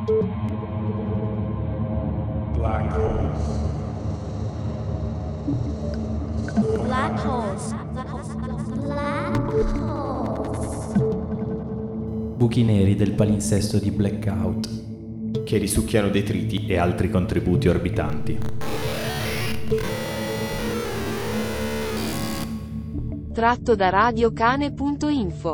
Black holes. Black holes. Black holes. Buchi neri del palinsesto di Blackout, che risucchiano detriti e altri contributi orbitanti. Tratto da radiocane.info.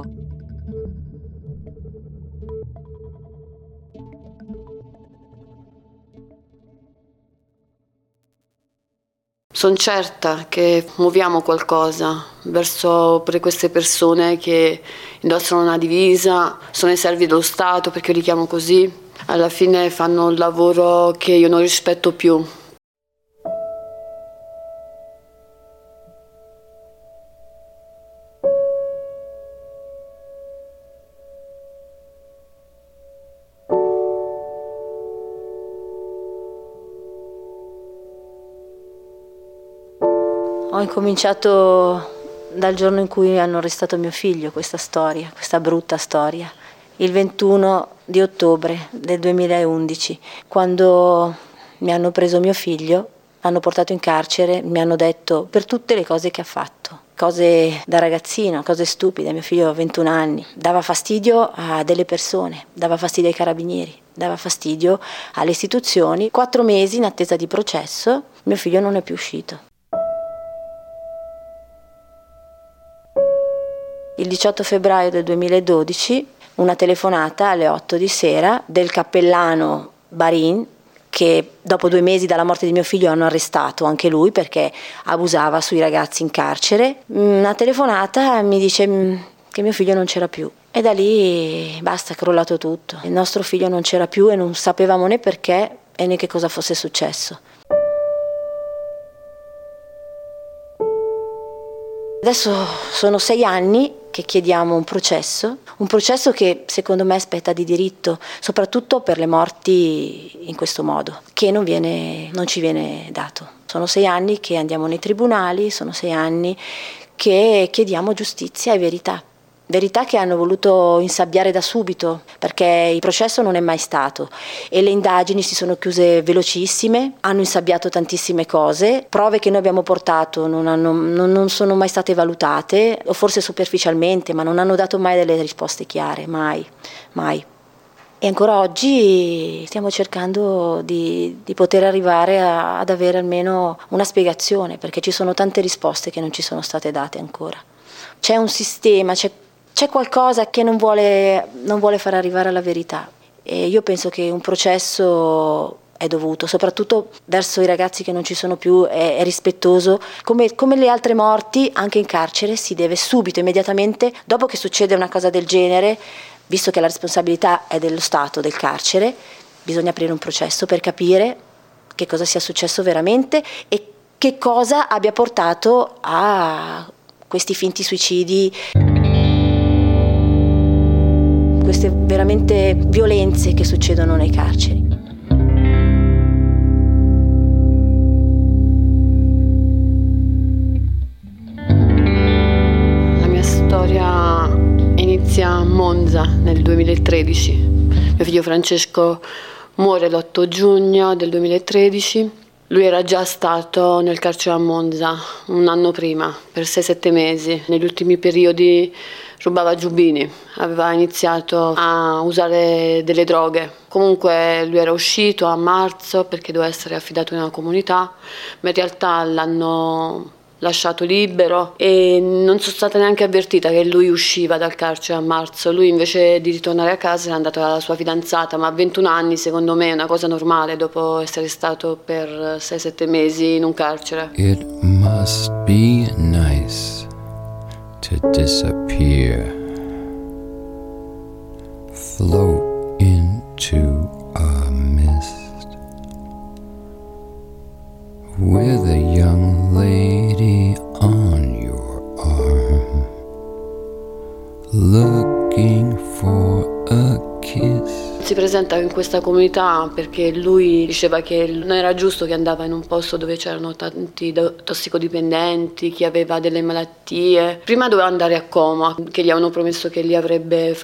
Sono certa che muoviamo qualcosa verso per queste persone che indossano una divisa, sono i servi dello Stato, perché io li chiamo così. Alla fine fanno un lavoro che io non rispetto più. Ho incominciato dal giorno in cui hanno arrestato mio figlio, questa storia, questa brutta storia, il 21 di ottobre del 2011, quando mi hanno preso mio figlio, l'hanno portato in carcere, mi hanno detto per tutte le cose che ha fatto, cose da ragazzino, cose stupide. Mio figlio ha 21 anni, dava fastidio a delle persone, dava fastidio ai carabinieri, dava fastidio alle istituzioni. 4 mesi in attesa di processo, mio figlio non è più uscito. Il 18 febbraio del 2012 una telefonata alle 8 di sera del cappellano Barin, che dopo 2 mesi dalla morte di mio figlio hanno arrestato anche lui perché abusava sui ragazzi in carcere. Una telefonata mi dice che mio figlio non c'era più e da lì basta, è crollato tutto. Il nostro figlio non c'era più e non sapevamo né perché e né che cosa fosse successo. Adesso sono 6 anni che chiediamo un processo che secondo me spetta di diritto, soprattutto per le morti in questo modo, che non ci viene dato. Sono 6 anni che andiamo nei tribunali, sono 6 anni che chiediamo giustizia e verità. Verità che hanno voluto insabbiare da subito, perché il processo non è mai stato e le indagini si sono chiuse velocissime, hanno insabbiato tantissime cose, prove che noi abbiamo portato non sono mai state valutate, o forse superficialmente, ma non hanno dato mai delle risposte chiare, mai. E ancora oggi stiamo cercando di poter arrivare ad avere almeno una spiegazione, perché ci sono tante risposte che non ci sono state date ancora. C'è un sistema, c'è qualcosa che non vuole far arrivare alla verità e io penso che un processo è dovuto, soprattutto verso i ragazzi che non ci sono più, è rispettoso. Come le altre morti, anche in carcere si deve subito, immediatamente, dopo che succede una cosa del genere, visto che la responsabilità è dello Stato, del carcere, bisogna aprire un processo per capire che cosa sia successo veramente e che cosa abbia portato a questi finti suicidi, queste veramente violenze che succedono nei carceri. La mia storia inizia a Monza nel 2013. Mio figlio Francesco muore l'8 giugno del 2013. Lui era già stato nel carcere a Monza un anno prima, per 6-7 mesi. Negli ultimi periodi rubava giubbini, aveva iniziato a usare delle droghe. Comunque lui era uscito a marzo perché doveva essere affidato in una comunità, ma in realtà l'hanno lasciato libero e non sono stata neanche avvertita che lui usciva dal carcere a marzo. Lui invece di ritornare a casa era andato alla sua fidanzata, ma a 21 anni secondo me è una cosa normale dopo essere stato per 6-7 mesi in un carcere. It must be nice to disappear, float into a mist with a young lady on your arm, looking for a kiss. Si presenta in questa comunità perché lui diceva che non era giusto che andava in un posto dove c'erano tanti tossicodipendenti, chi aveva delle malattie. Prima doveva andare a Como, che gli avevano promesso che lì avrebbe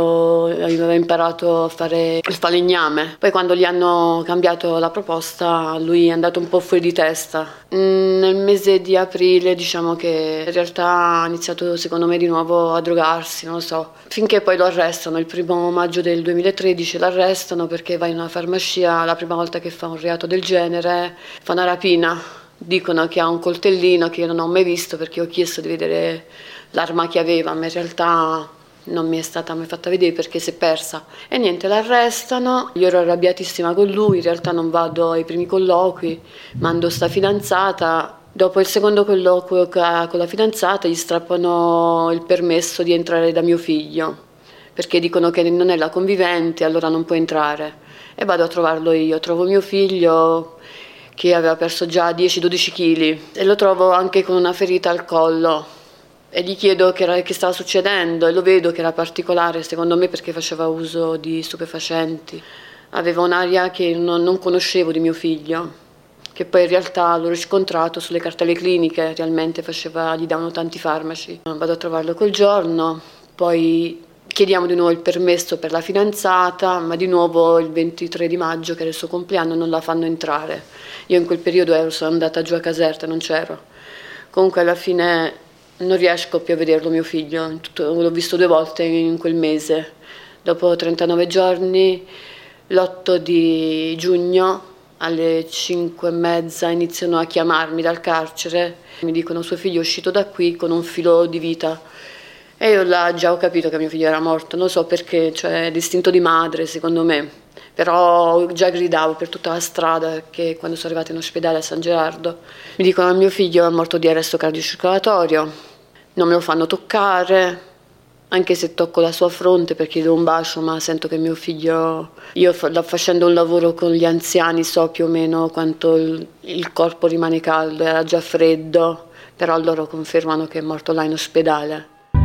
imparato a fare il falegname. Poi quando gli hanno cambiato la proposta, lui è andato un po' fuori di testa. Nel mese di aprile diciamo che in realtà ha iniziato secondo me di nuovo a drogarsi, non lo so, finché poi lo arrestano. Il 1° maggio del 2013 l'arrestano perché va in una farmacia, la prima volta che fa un reato del genere, fa una rapina. Dicono che ha un coltellino che io non ho mai visto perché ho chiesto di vedere l'arma che aveva, ma in realtà non mi è stata mai fatta vedere perché si è persa. E niente, l'arrestano, io ero arrabbiatissima con lui, in realtà non vado ai primi colloqui, mando sta fidanzata. Dopo il secondo colloquio con la fidanzata gli strappano il permesso di entrare da mio figlio, perché dicono che non è la convivente, allora non può entrare. E vado a trovarlo io, trovo mio figlio che aveva perso già 10-12 kg e lo trovo anche con una ferita al collo. E gli chiedo che stava succedendo e lo vedo che era particolare secondo me perché faceva uso di stupefacenti. Aveva un'aria che non conoscevo di mio figlio, che poi in realtà l'ho riscontrato sulle cartelle cliniche, realmente gli davano tanti farmaci. Vado a trovarlo quel giorno, poi chiediamo di nuovo il permesso per la fidanzata, ma di nuovo il 23 di maggio, che era il suo compleanno, non la fanno entrare. Io in quel periodo sono andata giù a Caserta, non c'ero. Comunque alla fine non riesco più a vederlo mio figlio, l'ho visto 2 volte in quel mese. Dopo 39 giorni, l'8 di giugno, alle 5:30 iniziano a chiamarmi dal carcere, mi dicono suo figlio è uscito da qui con un filo di vita. E io là già ho capito che mio figlio era morto, non so perché, cioè l'istinto di madre secondo me, però già gridavo per tutta la strada che quando sono arrivata in ospedale a San Gerardo mi dicono mio figlio è morto di arresto cardiocircolatorio, non me lo fanno toccare, anche se tocco la sua fronte perché gli do un bacio, ma sento che mio figlio, io facendo un lavoro con gli anziani so più o meno quanto il corpo rimane caldo, era già freddo, però loro confermano che è morto là in ospedale.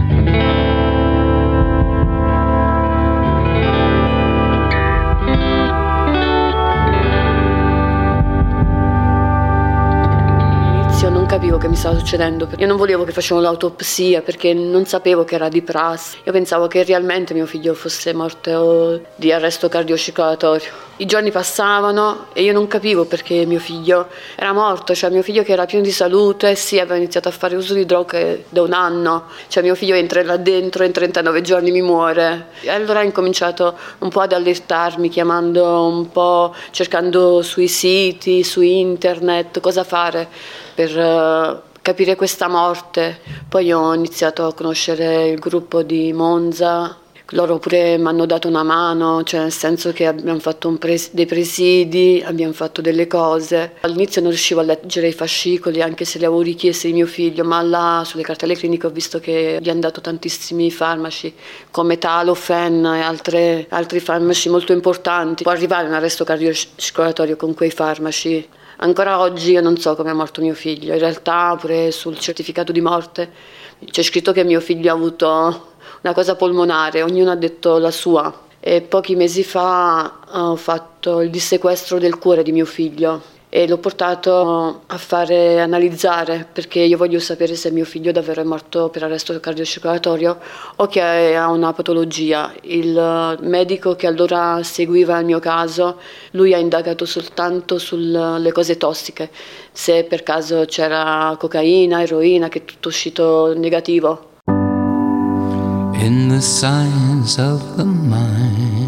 Capivo che mi stava succedendo. Io non volevo che facevano l'autopsia perché non sapevo che era di prassi. Io pensavo che realmente mio figlio fosse morto di arresto cardiocircolatorio. I giorni passavano e io non capivo perché mio figlio era morto, cioè mio figlio che era pieno di salute, sì, aveva iniziato a fare uso di droghe da 1 anno, cioè mio figlio entra là dentro e in 39 giorni mi muore. E allora ho incominciato un po' ad allertarmi, chiamando un po', cercando sui siti, su internet, cosa fare per capire questa morte. Poi ho iniziato a conoscere il gruppo di Monza, loro pure mi hanno dato una mano, cioè nel senso che abbiamo fatto dei presidi, abbiamo fatto delle cose. All'inizio non riuscivo a leggere i fascicoli anche se li avevo richiesti di mio figlio, ma là sulle cartelle cliniche ho visto che gli hanno dato tantissimi farmaci come Talofen e altri farmaci molto importanti. Può arrivare un arresto cardiocircolatorio con quei farmaci. Ancora oggi io non so come è morto mio figlio, in realtà pure sul certificato di morte c'è scritto che mio figlio ha avuto una cosa polmonare, ognuno ha detto la sua. E pochi mesi fa ho fatto il dissequestro del cuore di mio figlio e l'ho portato a fare analizzare perché io voglio sapere se mio figlio davvero è morto per arresto cardiocircolatorio o che ha una patologia. Il medico che allora seguiva il mio caso, lui ha indagato soltanto sulle cose tossiche, se per caso c'era cocaina, eroina, che è tutto uscito negativo. In the science of the mind,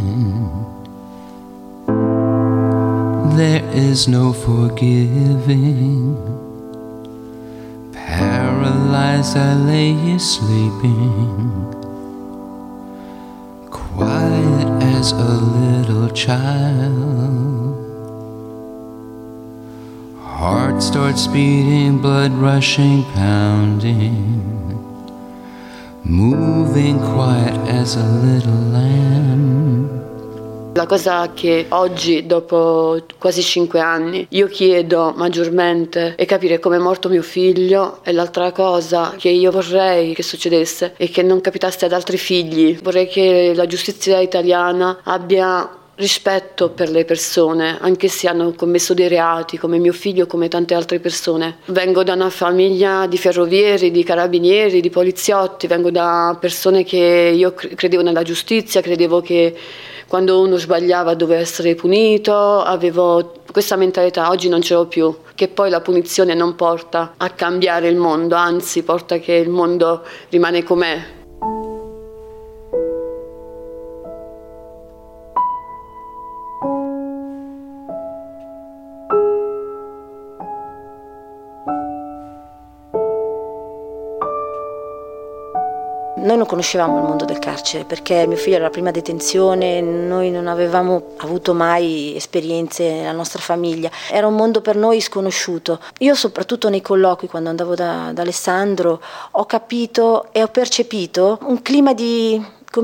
there is no forgiving. Paralyzed I lay you sleeping, quiet as a little child. Heart starts beating, blood rushing, pounding, moving quiet as a little lamb. La cosa che oggi, dopo quasi 5 anni, io chiedo maggiormente è capire come è morto mio figlio, e l'altra cosa che io vorrei che succedesse è che non capitasse ad altri figli. Vorrei che la giustizia italiana abbia rispetto per le persone, anche se hanno commesso dei reati, come mio figlio, come tante altre persone. Vengo da una famiglia di ferrovieri, di carabinieri, di poliziotti, vengo da persone che io credevo nella giustizia, credevo che quando uno sbagliava doveva essere punito, avevo questa mentalità, oggi non ce l'ho più, che poi la punizione non porta a cambiare il mondo, anzi porta che il mondo rimane com'è. Noi non conoscevamo il mondo del carcere perché mio figlio era la prima detenzione, noi non avevamo avuto mai esperienze nella nostra famiglia, era un mondo per noi sconosciuto. Io soprattutto nei colloqui, quando andavo da Alessandro, ho capito e ho percepito un clima di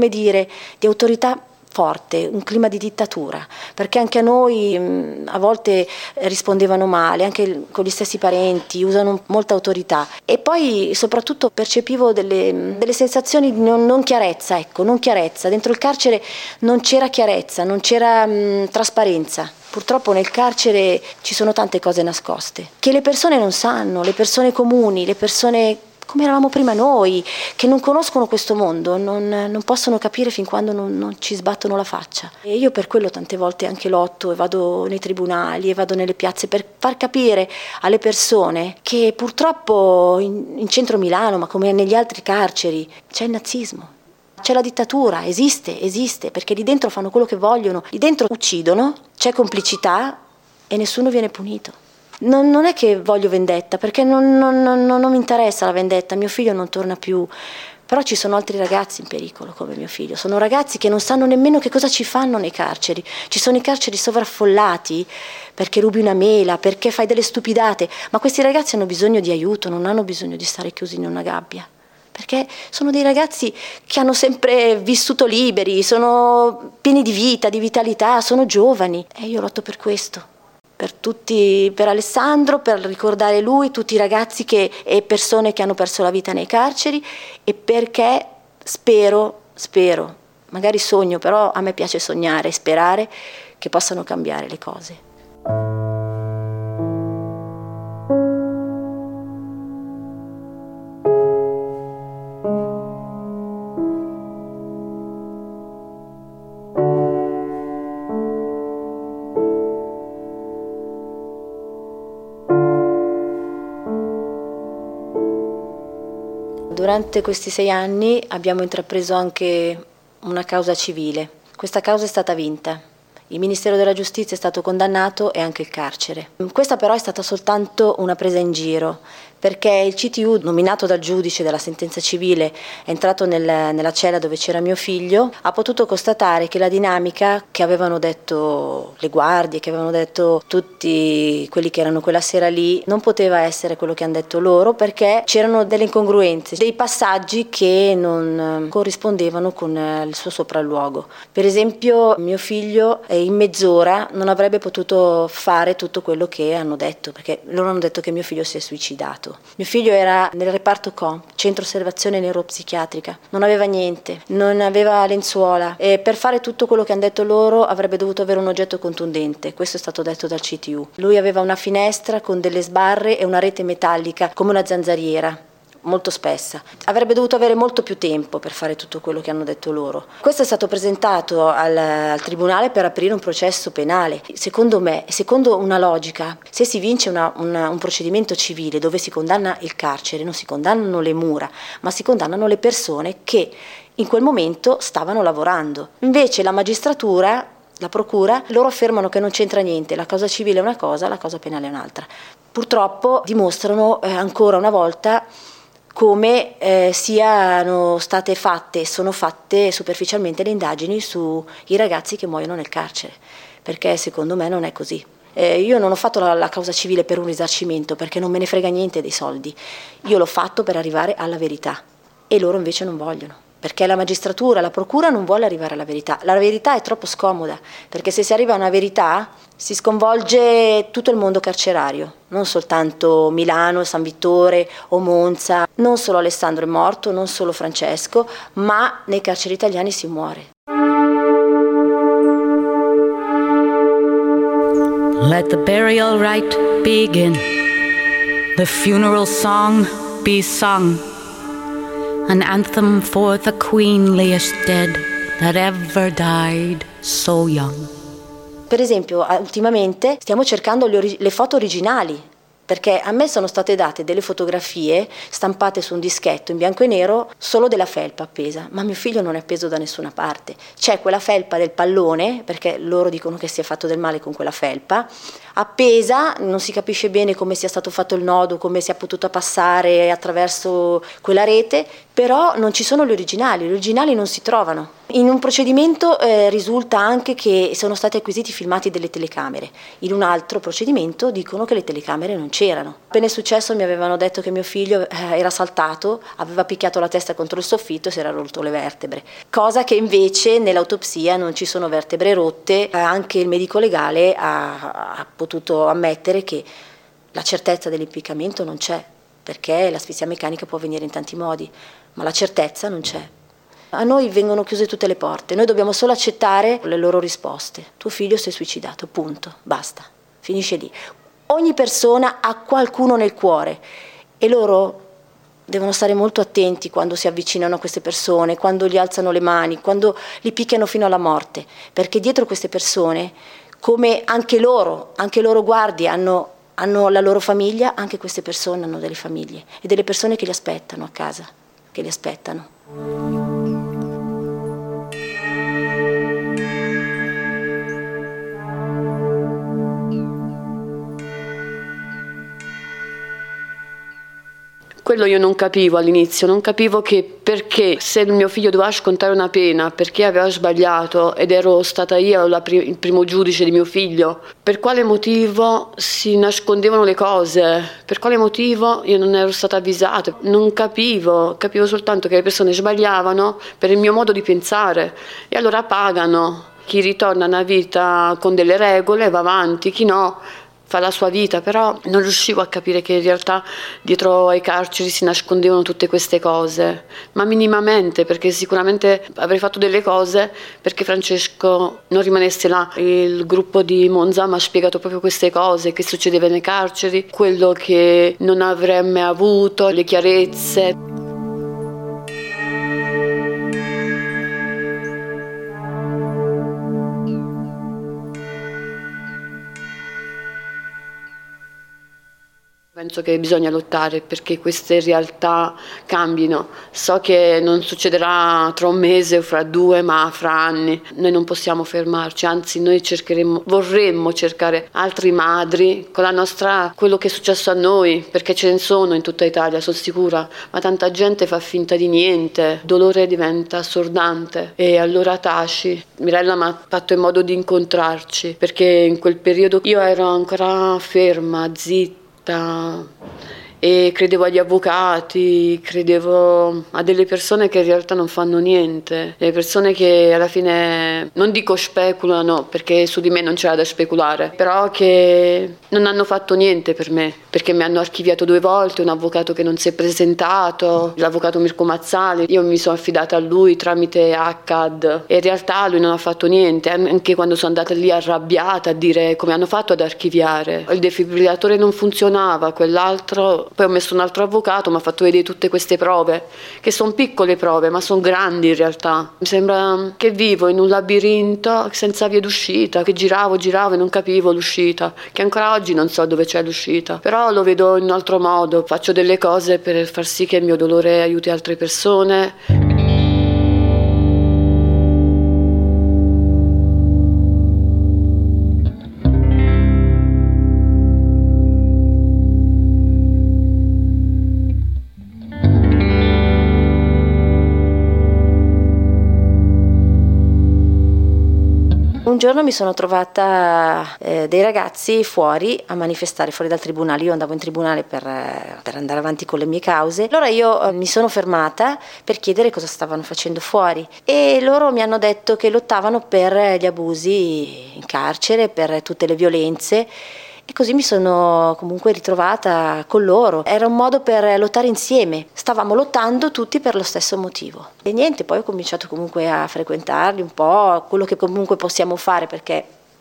autorità forte, un clima di dittatura, perché anche a noi a volte rispondevano male, anche con gli stessi parenti, usano molta autorità. E poi soprattutto percepivo delle sensazioni di non chiarezza, non chiarezza. Dentro il carcere non c'era chiarezza, non c'era trasparenza. Purtroppo nel carcere ci sono tante cose nascoste, che le persone non sanno, le persone comuni, le persone come eravamo prima noi, che non conoscono questo mondo, non possono capire fin quando non ci sbattono la faccia. E io per quello tante volte anche lotto e vado nei tribunali e vado nelle piazze per far capire alle persone che purtroppo in centro Milano, ma come negli altri carceri, c'è il nazismo. C'è la dittatura, esiste, perché lì dentro fanno quello che vogliono, lì dentro uccidono, c'è complicità e nessuno viene punito. Non è che voglio vendetta, perché non mi interessa la vendetta, mio figlio non torna più, però ci sono altri ragazzi in pericolo come mio figlio, sono ragazzi che non sanno nemmeno che cosa ci fanno nei carceri, ci sono i carceri sovraffollati perché rubi una mela, perché fai delle stupidate, ma questi ragazzi hanno bisogno di aiuto, non hanno bisogno di stare chiusi in una gabbia. Perché sono dei ragazzi che hanno sempre vissuto liberi, sono pieni di vita, di vitalità, sono giovani e io lotto per questo. Per tutti, per Alessandro, per ricordare lui, tutti i ragazzi e persone che hanno perso la vita nei carceri e perché spero, magari sogno, però a me piace sognare e sperare che possano cambiare le cose. Durante questi 6 anni abbiamo intrapreso anche una causa civile. Questa causa è stata vinta. Il Ministero della Giustizia è stato condannato e anche il carcere. Questa però è stata soltanto una presa in giro, perché il CTU, nominato dal giudice della sentenza civile, è entrato nella cella dove c'era mio figlio, ha potuto constatare che la dinamica che avevano detto le guardie, che avevano detto tutti quelli che erano quella sera lì, non poteva essere quello che hanno detto loro, perché c'erano delle incongruenze, dei passaggi che non corrispondevano con il suo sopralluogo. Per esempio, mio figlio in mezz'ora non avrebbe potuto fare tutto quello che hanno detto, perché loro hanno detto che mio figlio si è suicidato. Mio figlio era nel reparto COM, centro osservazione neuropsichiatrica, non aveva niente, non aveva lenzuola e per fare tutto quello che hanno detto loro avrebbe dovuto avere un oggetto contundente, questo è stato detto dal CTU. Lui aveva una finestra con delle sbarre e una rete metallica come una zanzariera, molto spessa. Avrebbe dovuto avere molto più tempo per fare tutto quello che hanno detto loro. Questo è stato presentato al tribunale per aprire un processo penale. Secondo me, secondo una logica, se si vince un procedimento civile dove si condanna il carcere, non si condannano le mura, ma si condannano le persone che in quel momento stavano lavorando. Invece la magistratura, la procura, loro affermano che non c'entra niente, la causa civile è una cosa, la causa penale è un'altra. Purtroppo dimostrano ancora una volta come siano state fatte e sono fatte superficialmente le indagini sui ragazzi che muoiono nel carcere, perché secondo me non è così. Io non ho fatto la causa civile per un risarcimento, perché non me ne frega niente dei soldi, io l'ho fatto per arrivare alla verità e loro invece non vogliono. Perché la magistratura, la procura non vuole arrivare alla verità. La verità è troppo scomoda, perché se si arriva a una verità si sconvolge tutto il mondo carcerario, non soltanto Milano, San Vittore o Monza, non solo Alessandro è morto, non solo Francesco, ma nei carceri italiani si muore. Let the burial rite begin. The funeral song be sung. An anthem for the queenliest dead that ever died so young. Per esempio, ultimamente stiamo cercando le foto originali, perché a me sono state date delle fotografie stampate su un dischetto in bianco e nero solo della felpa appesa, ma mio figlio non è appeso da nessuna parte. C'è quella felpa del pallone, perché loro dicono che si è fatto del male con quella felpa, appesa, non si capisce bene come sia stato fatto il nodo, come sia potuta passare attraverso quella rete, però non ci sono gli originali non si trovano. In un procedimento risulta anche che sono stati acquisiti filmati delle telecamere, in un altro procedimento dicono che le telecamere non c'erano. Appena è successo mi avevano detto che mio figlio era saltato, aveva picchiato la testa contro il soffitto e si era rotto le vertebre, cosa che invece nell'autopsia non ci sono vertebre rotte. Anche il medico legale ha potuto ammettere che la certezza dell'impiccamento non c'è, perché l'asfissia meccanica può avvenire in tanti modi, ma la certezza non c'è. A noi vengono chiuse tutte le porte, noi dobbiamo solo accettare le loro risposte. Tuo figlio si è suicidato, punto, basta, finisce lì. Ogni persona ha qualcuno nel cuore e loro devono stare molto attenti quando si avvicinano a queste persone, quando gli alzano le mani, quando li picchiano fino alla morte, perché dietro queste persone, come anche loro guardi, hanno la loro famiglia, anche queste persone hanno delle famiglie e delle persone che li aspettano a casa, che li aspettano. Quello io non capivo all'inizio, non capivo che perché se il mio figlio doveva scontare una pena perché aveva sbagliato ed ero stata io il primo giudice di mio figlio, per quale motivo si nascondevano le cose, per quale motivo io non ero stata avvisata, non capivo soltanto che le persone sbagliavano per il mio modo di pensare e allora pagano. Chi ritorna a una vita con delle regole va avanti, chi no fa la sua vita, però non riuscivo a capire che in realtà dietro ai carceri si nascondevano tutte queste cose, ma minimamente, perché sicuramente avrei fatto delle cose perché Francesco non rimanesse là. Il gruppo di Monza mi ha spiegato proprio queste cose, che succedeva nei carceri, quello che non avrei mai avuto, le chiarezze. Penso che bisogna lottare perché queste realtà cambino. So che non succederà tra un mese o fra 2, ma fra anni. Noi non possiamo fermarci, anzi noi vorremmo cercare altre madri con la nostra, quello che è successo a noi, perché ce ne sono in tutta Italia, sono sicura, ma tanta gente fa finta di niente, il dolore diventa assordante e allora taci. Mirella mi ha fatto in modo di incontrarci, perché in quel periodo io ero ancora ferma, zitta, e credevo agli avvocati, credevo a delle persone che in realtà non fanno niente, delle persone che alla fine non dico speculano perché su di me non c'era da speculare, però che non hanno fatto niente per me, perché mi hanno archiviato 2 volte, un avvocato che non si è presentato, l'avvocato Mirko Mazzali, io mi sono affidata a lui tramite ACAD e in realtà lui non ha fatto niente, anche quando sono andata lì arrabbiata a dire come hanno fatto ad archiviare, il defibrillatore non funzionava, quell'altro. Poi ho messo un altro avvocato, mi ha fatto vedere tutte queste prove, che sono piccole prove, ma sono grandi in realtà. Mi sembra che vivo in un labirinto senza via d'uscita, che giravo e non capivo l'uscita, che ancora oggi non so dove c'è l'uscita. Però lo vedo in un altro modo, faccio delle cose per far sì che il mio dolore aiuti altre persone. Un giorno mi sono trovata dei ragazzi fuori a manifestare fuori dal tribunale. Io andavo in tribunale per andare avanti con le mie cause. Allora io mi sono fermata per chiedere cosa stavano facendo fuori e loro mi hanno detto che lottavano per gli abusi in carcere, per tutte le violenze. E così mi sono comunque ritrovata con loro. Era un modo per lottare insieme. Stavamo lottando tutti per lo stesso motivo. E niente, poi ho cominciato comunque a frequentarli un po', quello che comunque possiamo fare, perché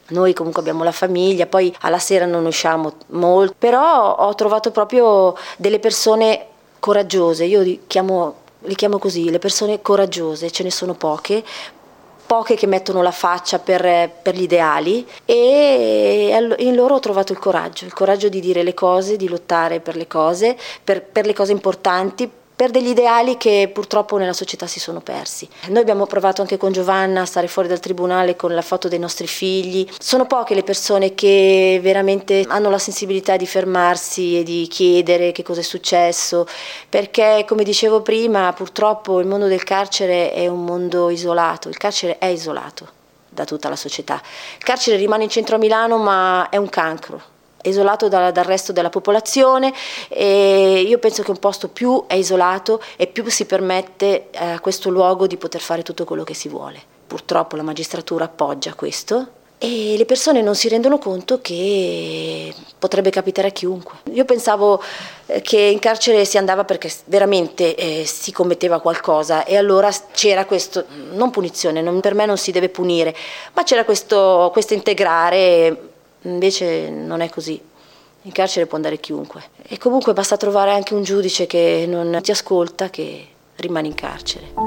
Noi comunque abbiamo la famiglia, poi alla sera non usciamo molto, però ho trovato proprio delle persone coraggiose, io li chiamo così, le persone coraggiose, ce ne sono poche che mettono la faccia per gli ideali, e in loro ho trovato il coraggio di dire le cose, di lottare per le cose, per le cose importanti, per degli ideali che purtroppo nella società si sono persi. Noi abbiamo provato anche con Giovanna a stare fuori dal tribunale con la foto dei nostri figli. Sono poche le persone che veramente hanno la sensibilità di fermarsi e di chiedere che cosa è successo, perché come dicevo prima, purtroppo il mondo del carcere è un mondo isolato, il carcere è isolato da tutta la società. Il carcere rimane in centro a Milano, ma è un cancro, isolato dal resto della popolazione, e io penso che un posto più è isolato e più si permette a questo luogo di poter fare tutto quello che si vuole. Purtroppo la magistratura appoggia questo e le persone non si rendono conto che potrebbe capitare a chiunque. Io pensavo che in carcere si andava perché veramente si commetteva qualcosa, e allora c'era questo, non punizione, per me non si deve punire, ma c'era questo integrare. Invece non è così, in carcere può andare chiunque, e comunque basta trovare anche un giudice che non ti ascolta, che rimane in carcere.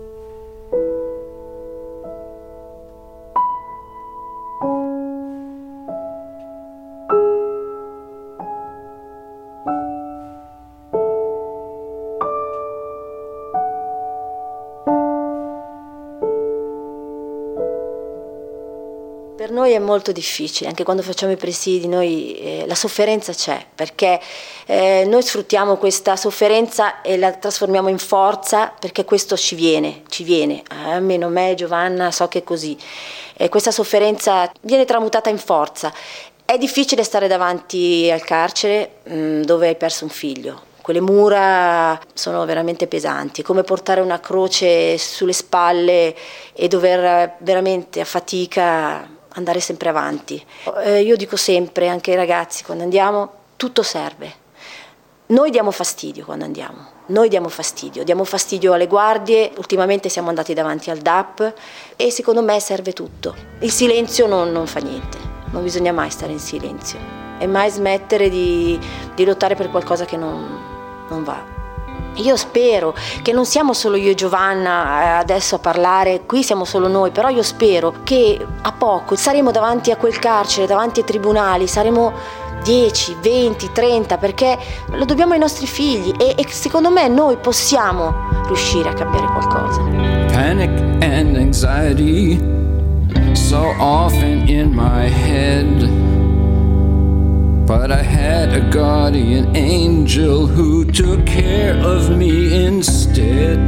Per noi è molto difficile, anche quando facciamo i presidi, noi la sofferenza c'è, perché noi sfruttiamo questa sofferenza e la trasformiamo in forza, perché questo ci viene, almeno me, Giovanna, so che è così. Questa sofferenza viene tramutata in forza. È difficile stare davanti al carcere dove hai perso un figlio. Quelle mura sono veramente pesanti, è come portare una croce sulle spalle e dover veramente a fatica andare sempre avanti. Io dico sempre, anche ai ragazzi, quando andiamo, tutto serve. Noi diamo fastidio quando andiamo, diamo fastidio alle guardie, ultimamente siamo andati davanti al DAP e secondo me serve tutto. Il silenzio non fa niente, non bisogna mai stare in silenzio e mai smettere di lottare per qualcosa che non va. Io spero che non siamo solo io e Giovanna adesso a parlare, qui siamo solo noi, però io spero che a poco saremo davanti a quel carcere, davanti ai tribunali, saremo 10, 20, 30, perché lo dobbiamo ai nostri figli e secondo me noi possiamo riuscire a cambiare qualcosa. Panic and anxiety so often in my head, but I had a guardian angel who took care of me instead.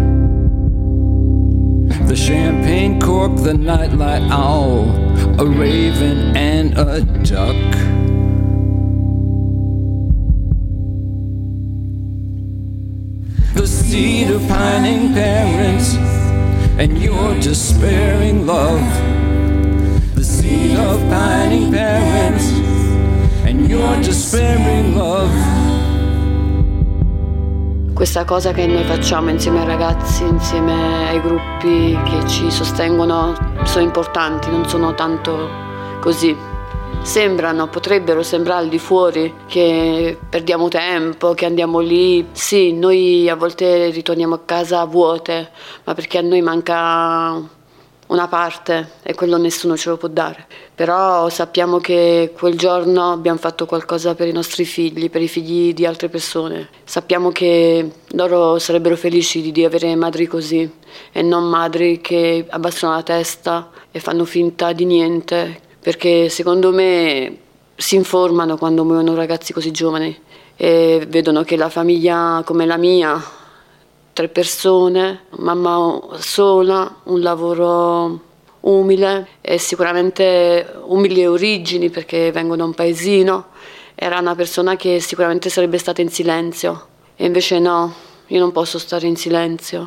The champagne cork, the nightlight owl, a raven and a duck. The seed of pining parents and your despairing love. The seed of pining parents and your despairing love. Questa cosa che noi facciamo insieme ai ragazzi, insieme ai gruppi che ci sostengono, sono importanti, non sono tanto così. Potrebbero sembrare al di fuori che perdiamo tempo, che andiamo lì. Sì, noi a volte ritorniamo a casa vuote, ma perché a noi manca una parte e quello nessuno ce lo può dare. Però sappiamo che quel giorno abbiamo fatto qualcosa per i nostri figli, per i figli di altre persone. Sappiamo che loro sarebbero felici di avere madri così e non madri che abbassano la testa e fanno finta di niente, perché secondo me si informano quando muoiono ragazzi così giovani e vedono che la famiglia come la mia, 3 persone, mamma sola, un lavoro umile e sicuramente umili origini perché vengo da un paesino, era una persona che sicuramente sarebbe stata in silenzio e invece no, io non posso stare in silenzio.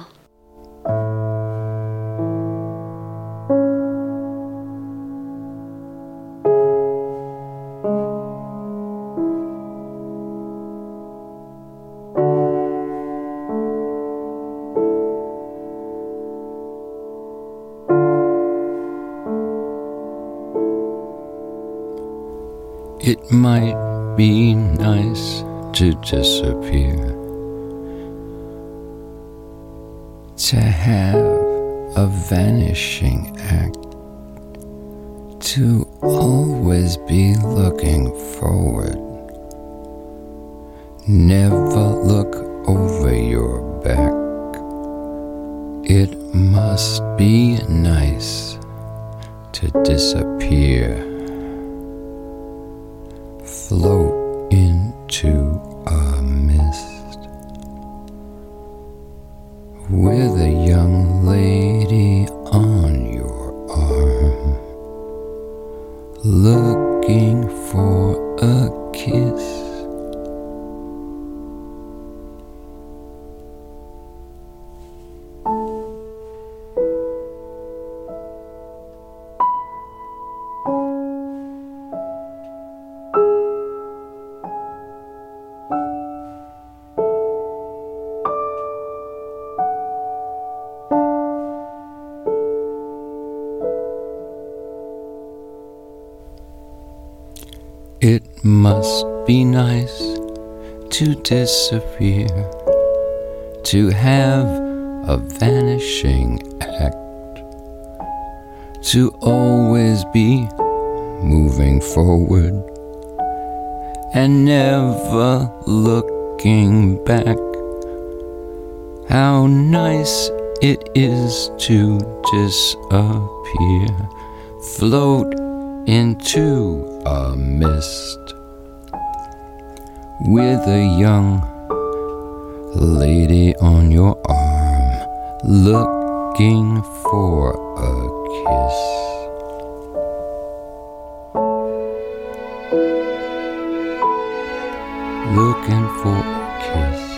It might be nice to disappear, to have a vanishing act, to always be looking forward. Never look over your back. It must be nice to disappear. Float into a mist with a young lady on your arm, looking for a kiss. It must be nice to disappear, to have a vanishing act, to always be moving forward and never looking back. How nice it is to disappear, float into a mist with a young lady on your arm, looking for a kiss. Looking for a kiss.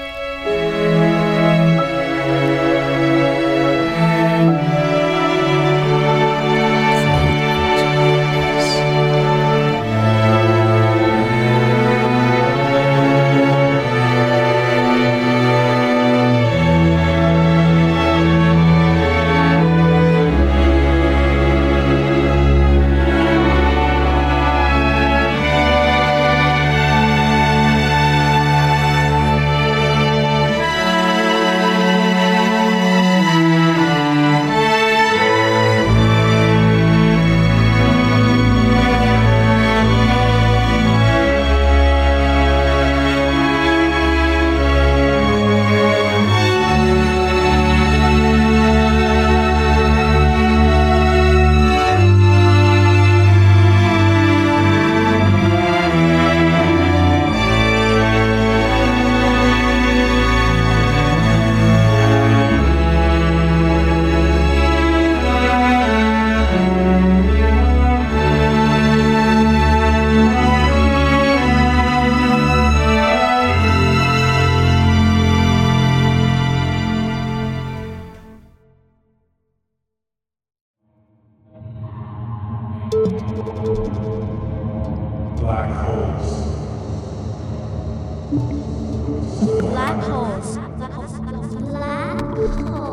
Black holes. Black holes. Black holes.